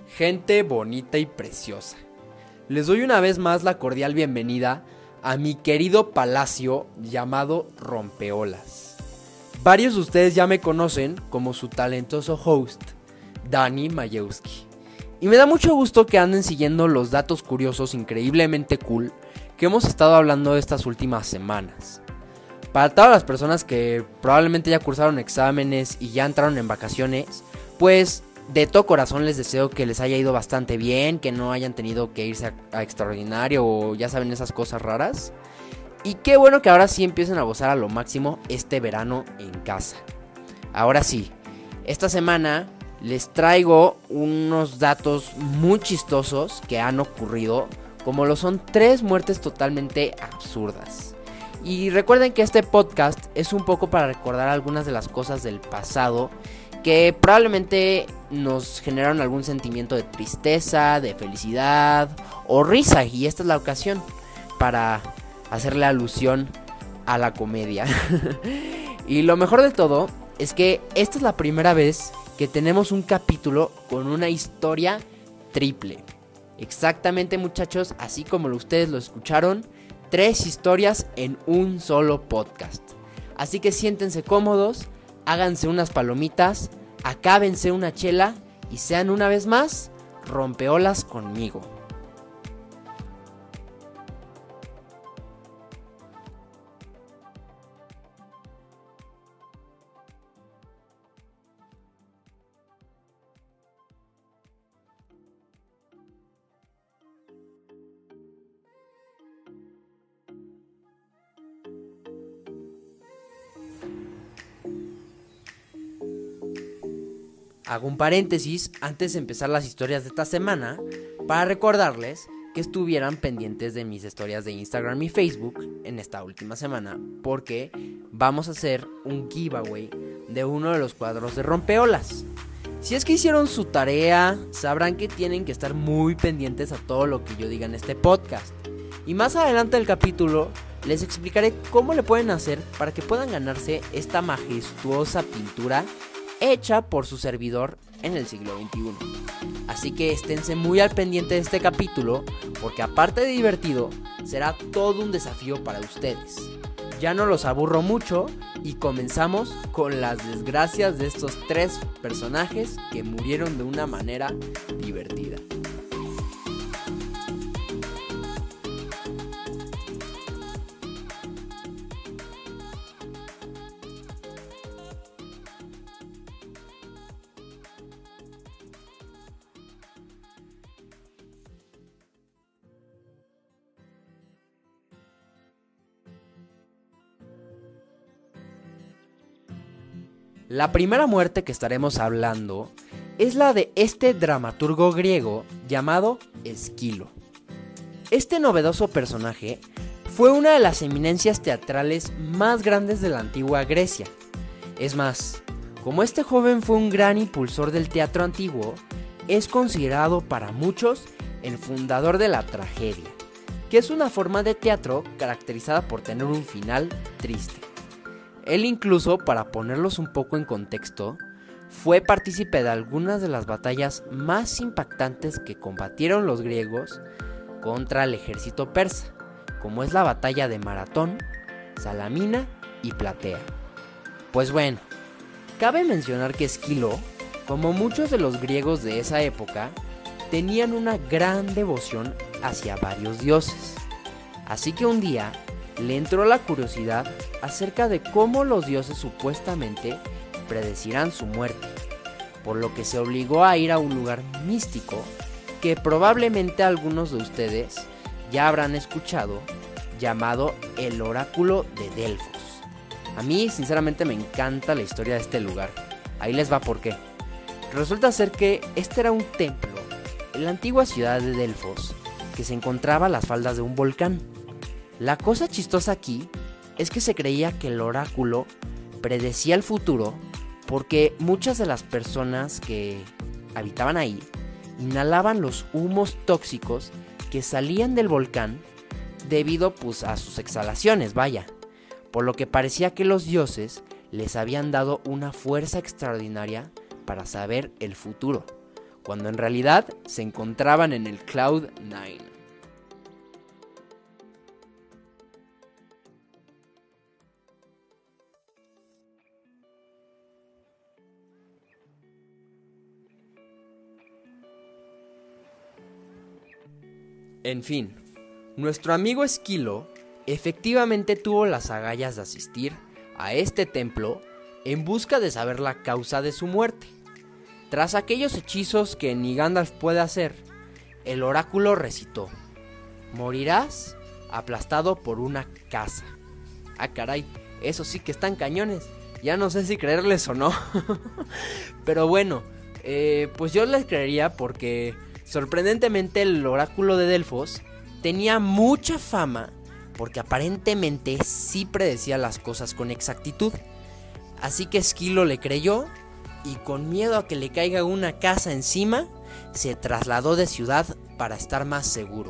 Gente bonita y preciosa, les doy una vez más la cordial bienvenida a mi querido palacio llamado Rompeolas. Varios de ustedes ya me conocen como su talentoso host, Dani Majewski. Y me da mucho gusto que anden siguiendo los datos curiosos increíblemente cool que hemos estado hablando estas últimas semanas. Para todas las personas que probablemente ya cursaron exámenes y ya entraron en vacaciones, pues de todo corazón les deseo que les haya ido bastante bien, que no hayan tenido que irse a extraordinario o ya saben esas cosas raras. Y qué bueno que ahora sí empiecen a gozar a lo máximo este verano en casa. Ahora sí, esta semana les traigo unos datos muy chistosos que han ocurrido, como lo son 3 muertes totalmente absurdas. Y recuerden que este podcast es un poco para recordar algunas de las cosas del pasado que probablemente nos generaron algún sentimiento de tristeza, de felicidad o risa, y esta es la ocasión para hacerle alusión a la comedia. Y lo mejor de todo es que esta es la primera vez que tenemos un capítulo con una historia triple. Exactamente, muchachos, así como ustedes lo escucharon, 3 historias en un solo podcast. Así que siéntense cómodos, háganse unas palomitas, acábense una chela y sean una vez más rompeolas conmigo. Hago un paréntesis antes de empezar las historias de esta semana para recordarles que estuvieran pendientes de mis historias de Instagram y Facebook en esta última semana, porque vamos a hacer un giveaway de uno de los cuadros de Rompeolas. Si es que hicieron su tarea, sabrán que tienen que estar muy pendientes a todo lo que yo diga en este podcast. Y más adelante del capítulo les explicaré cómo le pueden hacer para que puedan ganarse esta majestuosa pintura hecha por su servidor en el siglo XXI. Así que esténse muy al pendiente de este capítulo, porque aparte de divertido, será todo un desafío para ustedes. Ya no los aburro mucho y comenzamos con las desgracias de estos 3 personajes que murieron de una manera divertida. La primera muerte que estaremos hablando es la de este dramaturgo griego llamado Esquilo. Este novedoso personaje fue una de las eminencias teatrales más grandes de la antigua Grecia. Es más, como este joven fue un gran impulsor del teatro antiguo, es considerado para muchos el fundador de la tragedia, que es una forma de teatro caracterizada por tener un final triste. Él incluso, para ponerlos un poco en contexto, fue partícipe de algunas de las batallas más impactantes que combatieron los griegos contra el ejército persa, como es la batalla de Maratón, Salamina y Platea. Pues bueno, cabe mencionar que Esquilo, como muchos de los griegos de esa época, tenían una gran devoción hacia varios dioses. Así que un día le entró la curiosidad acerca de cómo los dioses supuestamente predecirán su muerte, por lo que se obligó a ir a un lugar místico que probablemente algunos de ustedes ya habrán escuchado, llamado el Oráculo de Delfos. A mí sinceramente me encanta la historia de este lugar. Ahí les va por qué. Resulta ser que este era un templo en la antigua ciudad de Delfos que se encontraba a las faldas de un volcán. La cosa chistosa aquí es que se creía que el oráculo predecía el futuro porque muchas de las personas que habitaban ahí inhalaban los humos tóxicos que salían del volcán debido a sus exhalaciones, por lo que parecía que los dioses les habían dado una fuerza extraordinaria para saber el futuro, cuando en realidad se encontraban en el Cloud 9. En fin, nuestro amigo Esquilo efectivamente tuvo las agallas de asistir a este templo en busca de saber la causa de su muerte. Tras aquellos hechizos que ni Gandalf puede hacer, el oráculo recitó: morirás aplastado por una casa. Ah, caray, eso sí que están cañones. Ya no sé si creerles o no. Pero bueno, pues yo les creería porque sorprendentemente el oráculo de Delfos tenía mucha fama porque aparentemente sí predecía las cosas con exactitud. Así que Esquilo le creyó y con miedo a que le caiga una casa encima, se trasladó de ciudad para estar más seguro.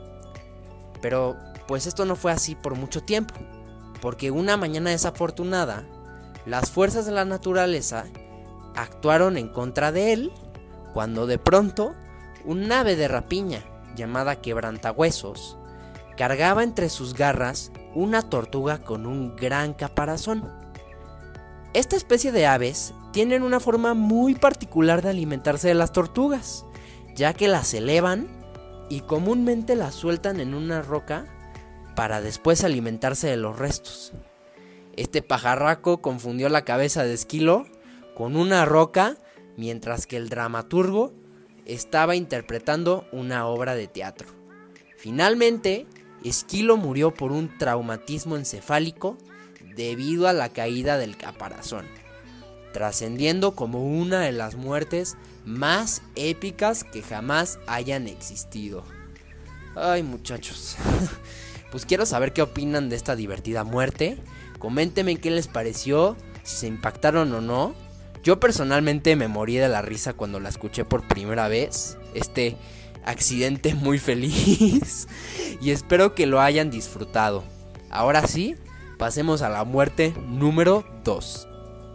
Pero pues esto no fue así por mucho tiempo, porque una mañana desafortunada, las fuerzas de la naturaleza actuaron en contra de él, cuando de pronto un ave de rapiña llamada Quebrantahuesos cargaba entre sus garras una tortuga con un gran caparazón. Esta especie de aves tienen una forma muy particular de alimentarse de las tortugas, ya que las elevan y comúnmente las sueltan en una roca para después alimentarse de los restos. Este pajarraco confundió la cabeza de Esquilo con una roca mientras que el dramaturgo estaba interpretando una obra de teatro. Finalmente, Esquilo murió por un traumatismo encefálico debido a la caída del caparazón, trascendiendo como una de las muertes más épicas que jamás hayan existido. Ay, muchachos, pues quiero saber qué opinan de esta divertida muerte. Coméntenme qué les pareció, si se impactaron o no. Yo personalmente me morí de la risa cuando la escuché por primera vez. Este accidente muy feliz. Y espero que lo hayan disfrutado. Ahora sí, pasemos a la muerte número 2.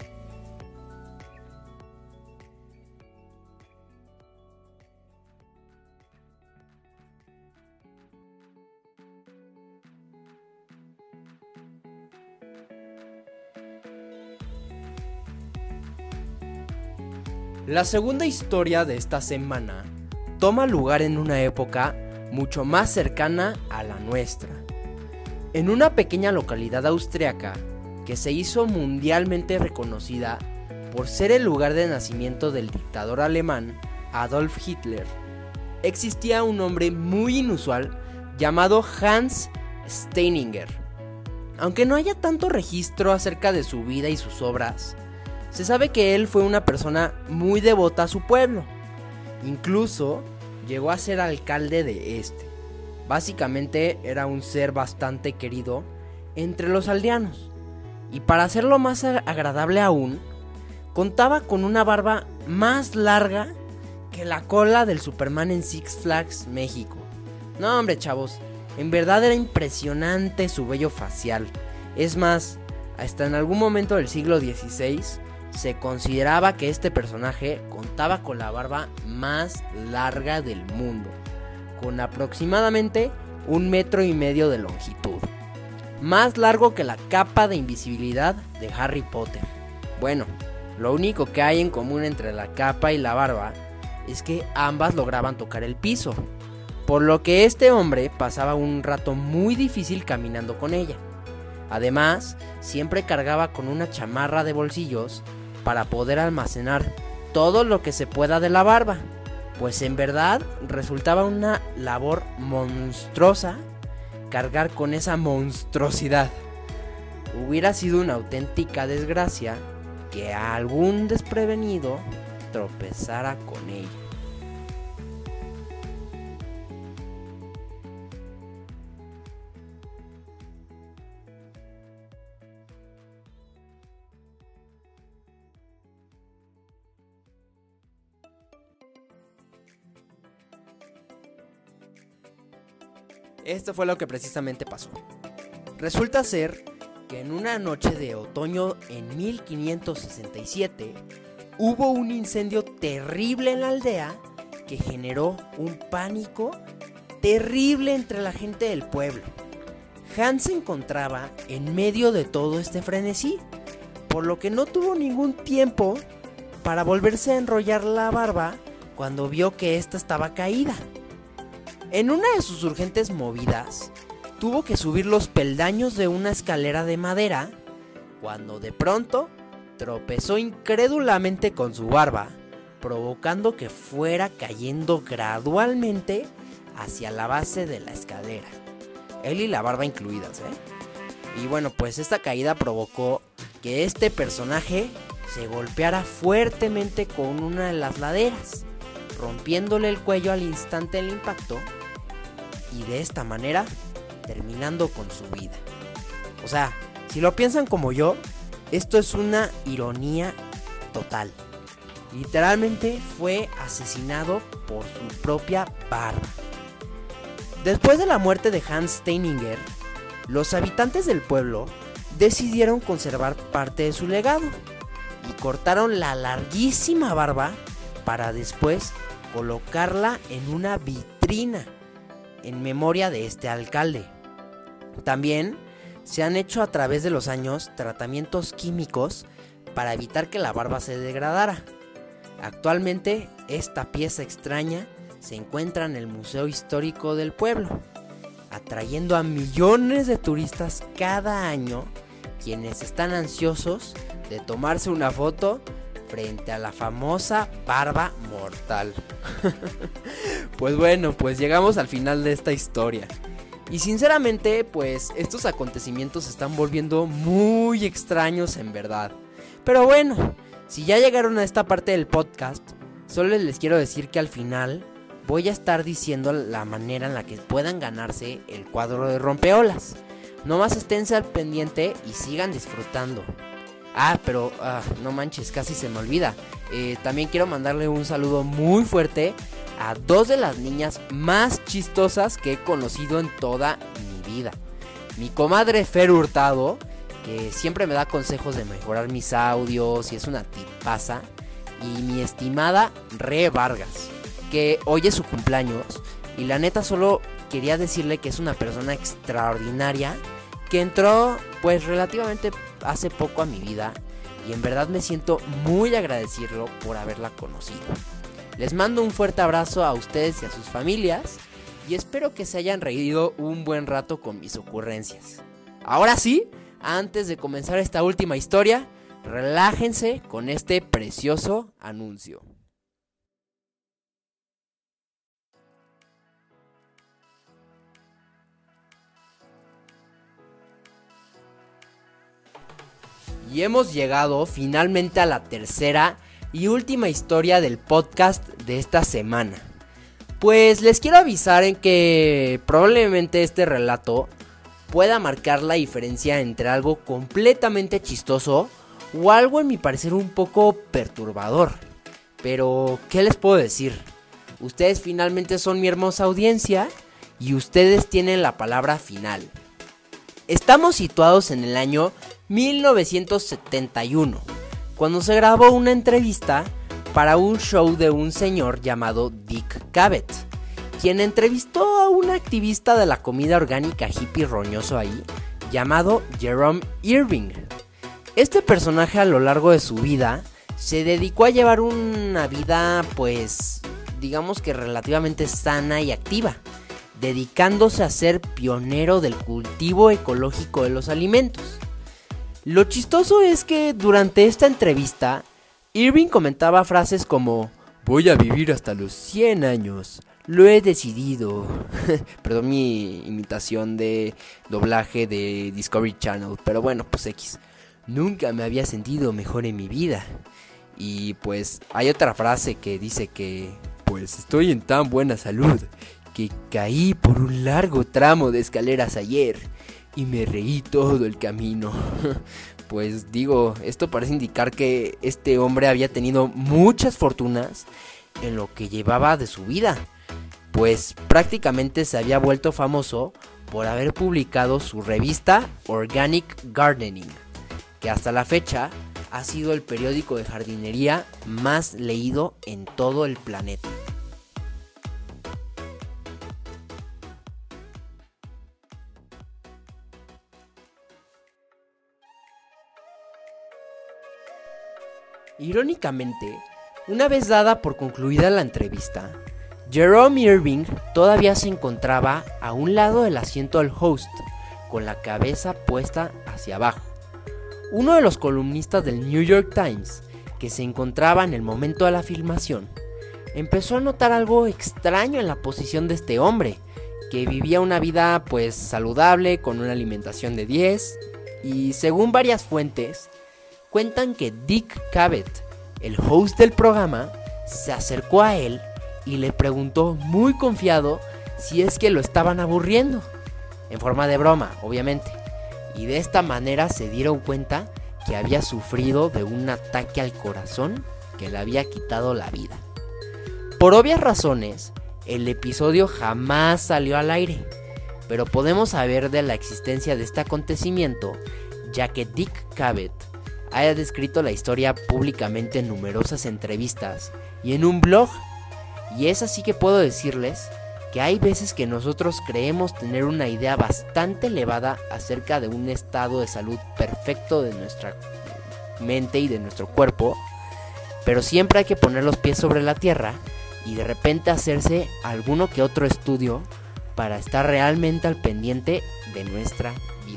La segunda historia de esta semana toma lugar en una época mucho más cercana a la nuestra. En una pequeña localidad austriaca que se hizo mundialmente reconocida por ser el lugar de nacimiento del dictador alemán Adolf Hitler, existía un hombre muy inusual llamado Hans Steininger. Aunque no haya tanto registro acerca de su vida y sus obras, se sabe que él fue una persona muy devota a su pueblo. Incluso llegó a ser alcalde de este. Básicamente era un ser bastante querido entre los aldeanos. Y para hacerlo más agradable aún, contaba con una barba más larga que la cola del Superman en Six Flags México. No, hombre, chavos, en verdad era impresionante su vello facial. Es más, hasta en algún momento del siglo XVI se consideraba que este personaje contaba con la barba más larga del mundo, con aproximadamente 1,5 metros de longitud, más largo que la capa de invisibilidad de Harry Potter. Bueno, lo único que hay en común entre la capa y la barba es que ambas lograban tocar el piso, por lo que este hombre pasaba un rato muy difícil caminando con ella. Además, siempre cargaba con una chamarra de bolsillos para poder almacenar todo lo que se pueda de la barba, pues en verdad resultaba una labor monstruosa cargar con esa monstruosidad. Hubiera sido una auténtica desgracia que algún desprevenido tropezara con ella. Esto fue lo que precisamente pasó. Resulta ser que en una noche de otoño en 1567, hubo un incendio terrible en la aldea que generó un pánico terrible entre la gente del pueblo. Hans se encontraba en medio de todo este frenesí, por lo que no tuvo ningún tiempo para volverse a enrollar la barba cuando vio que ésta estaba caída. En una de sus urgentes movidas, tuvo que subir los peldaños de una escalera de madera, cuando de pronto tropezó incrédulamente con su barba, provocando que fuera cayendo gradualmente hacia la base de la escalera. Él y la barba incluidas, Y bueno, pues esta caída provocó que este personaje se golpeara fuertemente con una de las laderas, rompiéndole el cuello al instante del impacto y de esta manera terminando con su vida. O sea, si lo piensan como yo, esto es una ironía total. Literalmente fue asesinado por su propia barba. Después de la muerte de Hans Steininger, los habitantes del pueblo decidieron conservar parte de su legado y cortaron la larguísima barba para después colocarla en una vitrina en memoria de este alcalde. También se han hecho a través de los años tratamientos químicos para evitar que la barba se degradara. Actualmente esta pieza extraña se encuentra en el Museo Histórico del pueblo, atrayendo a millones de turistas cada año, quienes están ansiosos de tomarse una foto frente a la famosa barba mortal. Pues bueno, pues llegamos al final de esta historia. Y sinceramente, pues estos acontecimientos se están volviendo muy extraños en verdad. Pero bueno, si ya llegaron a esta parte del podcast, solo les quiero decir que al final voy a estar diciendo la manera en la que puedan ganarse el cuadro de rompeolas. Nomás esténse al pendiente y sigan disfrutando. Pero no manches, casi se me olvida. También quiero mandarle un saludo muy fuerte a dos de las niñas más chistosas que he conocido en toda mi vida. Mi comadre Fer Hurtado, que siempre me da consejos de mejorar mis audios y es una tipaza. Y mi estimada Re Vargas, que hoy es su cumpleaños. Y la neta solo quería decirle que es una persona extraordinaria, que entró pues relativamente hace poco a mi vida. Y en verdad me siento muy agradecido por haberla conocido. Les mando un fuerte abrazo a ustedes y a sus familias. Y espero que se hayan reído un buen rato con mis ocurrencias. Ahora sí, antes de comenzar esta última historia, relájense con este precioso anuncio. Y hemos llegado finalmente a la tercera y última historia del podcast de esta semana. Pues les quiero avisar en que probablemente este relato pueda marcar la diferencia entre algo completamente chistoso o algo en mi parecer un poco perturbador. Pero, ¿qué les puedo decir? Ustedes finalmente son mi hermosa audiencia y ustedes tienen la palabra final. Estamos situados en el año 1971, cuando se grabó una entrevista para un show de un señor llamado Dick Cavett, quien entrevistó a un activista de la comida orgánica hippie roñoso ahí, llamado Jerome Irving. Este personaje a lo largo de su vida se dedicó a llevar una vida pues digamos que relativamente sana y activa, dedicándose a ser pionero del cultivo ecológico de los alimentos. Lo chistoso es que durante esta entrevista, Irving comentaba frases como: voy a vivir hasta los 100 años, lo he decidido. Perdón mi imitación de doblaje de Discovery Channel, pero bueno, pues X. Nunca me había sentido mejor en mi vida. Y pues hay otra frase que dice que pues estoy en tan buena salud que caí por un largo tramo de escaleras ayer y me reí todo el camino. Pues digo, esto parece indicar que este hombre había tenido muchas fortunas en lo que llevaba de su vida, pues prácticamente se había vuelto famoso por haber publicado su revista Organic Gardening, que hasta la fecha ha sido el periódico de jardinería más leído en todo el planeta. Irónicamente, una vez dada por concluida la entrevista, Jerome Irving todavía se encontraba a un lado del asiento del host, con la cabeza puesta hacia abajo. Uno de los columnistas del New York Times, que se encontraba en el momento de la filmación, empezó a notar algo extraño en la posición de este hombre, que vivía una vida saludable, con una alimentación de 10, y según varias fuentes, cuentan que Dick Cavett, el host del programa, se acercó a él y le preguntó muy confiado si es que lo estaban aburriendo, en forma de broma, obviamente, y de esta manera se dieron cuenta que había sufrido de un ataque al corazón que le había quitado la vida. Por obvias razones, el episodio jamás salió al aire, pero podemos saber de la existencia de este acontecimiento, ya que Dick Cavett haya descrito la historia públicamente en numerosas entrevistas y en un blog. Y es así que puedo decirles que hay veces que nosotros creemos tener una idea bastante elevada acerca de un estado de salud perfecto de nuestra mente y de nuestro cuerpo, pero siempre hay que poner los pies sobre la tierra y de repente hacerse alguno que otro estudio para estar realmente al pendiente de nuestra vida.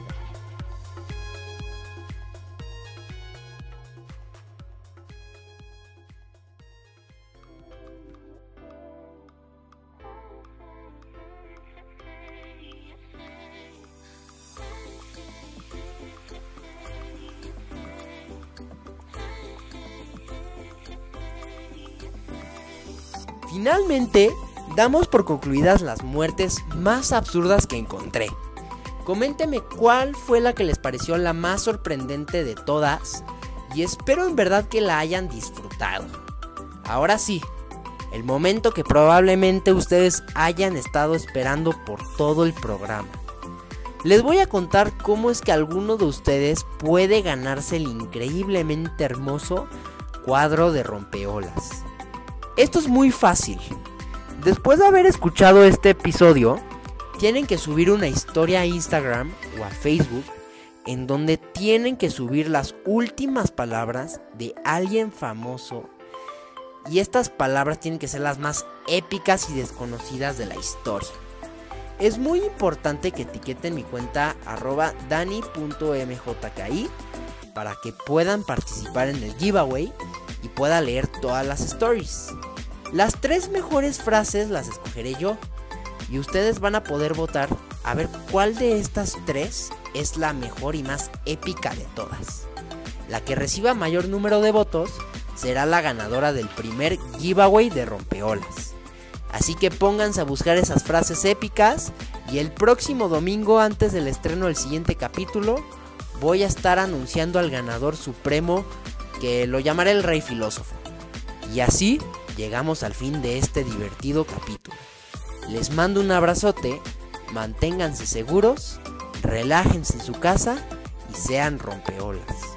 Finalmente, damos por concluidas las muertes más absurdas que encontré. Coméntenme cuál fue la que les pareció la más sorprendente de todas y espero en verdad que la hayan disfrutado. Ahora sí, el momento que probablemente ustedes hayan estado esperando por todo el programa. Les voy a contar cómo es que alguno de ustedes puede ganarse el increíblemente hermoso cuadro de rompeolas. Esto es muy fácil. Después de haber escuchado este episodio, tienen que subir una historia a Instagram o a Facebook en donde tienen que subir las últimas palabras de alguien famoso. Y estas palabras tienen que ser las más épicas y desconocidas de la historia. Es muy importante que etiqueten mi cuenta @dani.mjki para que puedan participar en el giveaway y pueda leer todas las stories. Las 3 mejores frases las escogeré yo y ustedes van a poder votar a ver cuál de estas 3 es la mejor y más épica de todas. La que reciba mayor número de votos será la ganadora del primer giveaway de rompeolas. Así que pónganse a buscar esas frases épicas y el próximo domingo, antes del estreno del siguiente capítulo, voy a estar anunciando al ganador supremo, que lo llamaré el Rey Filósofo. Y así llegamos al fin de este divertido capítulo. Les mando un abrazote, manténganse seguros, relájense en su casa y sean rompeolas.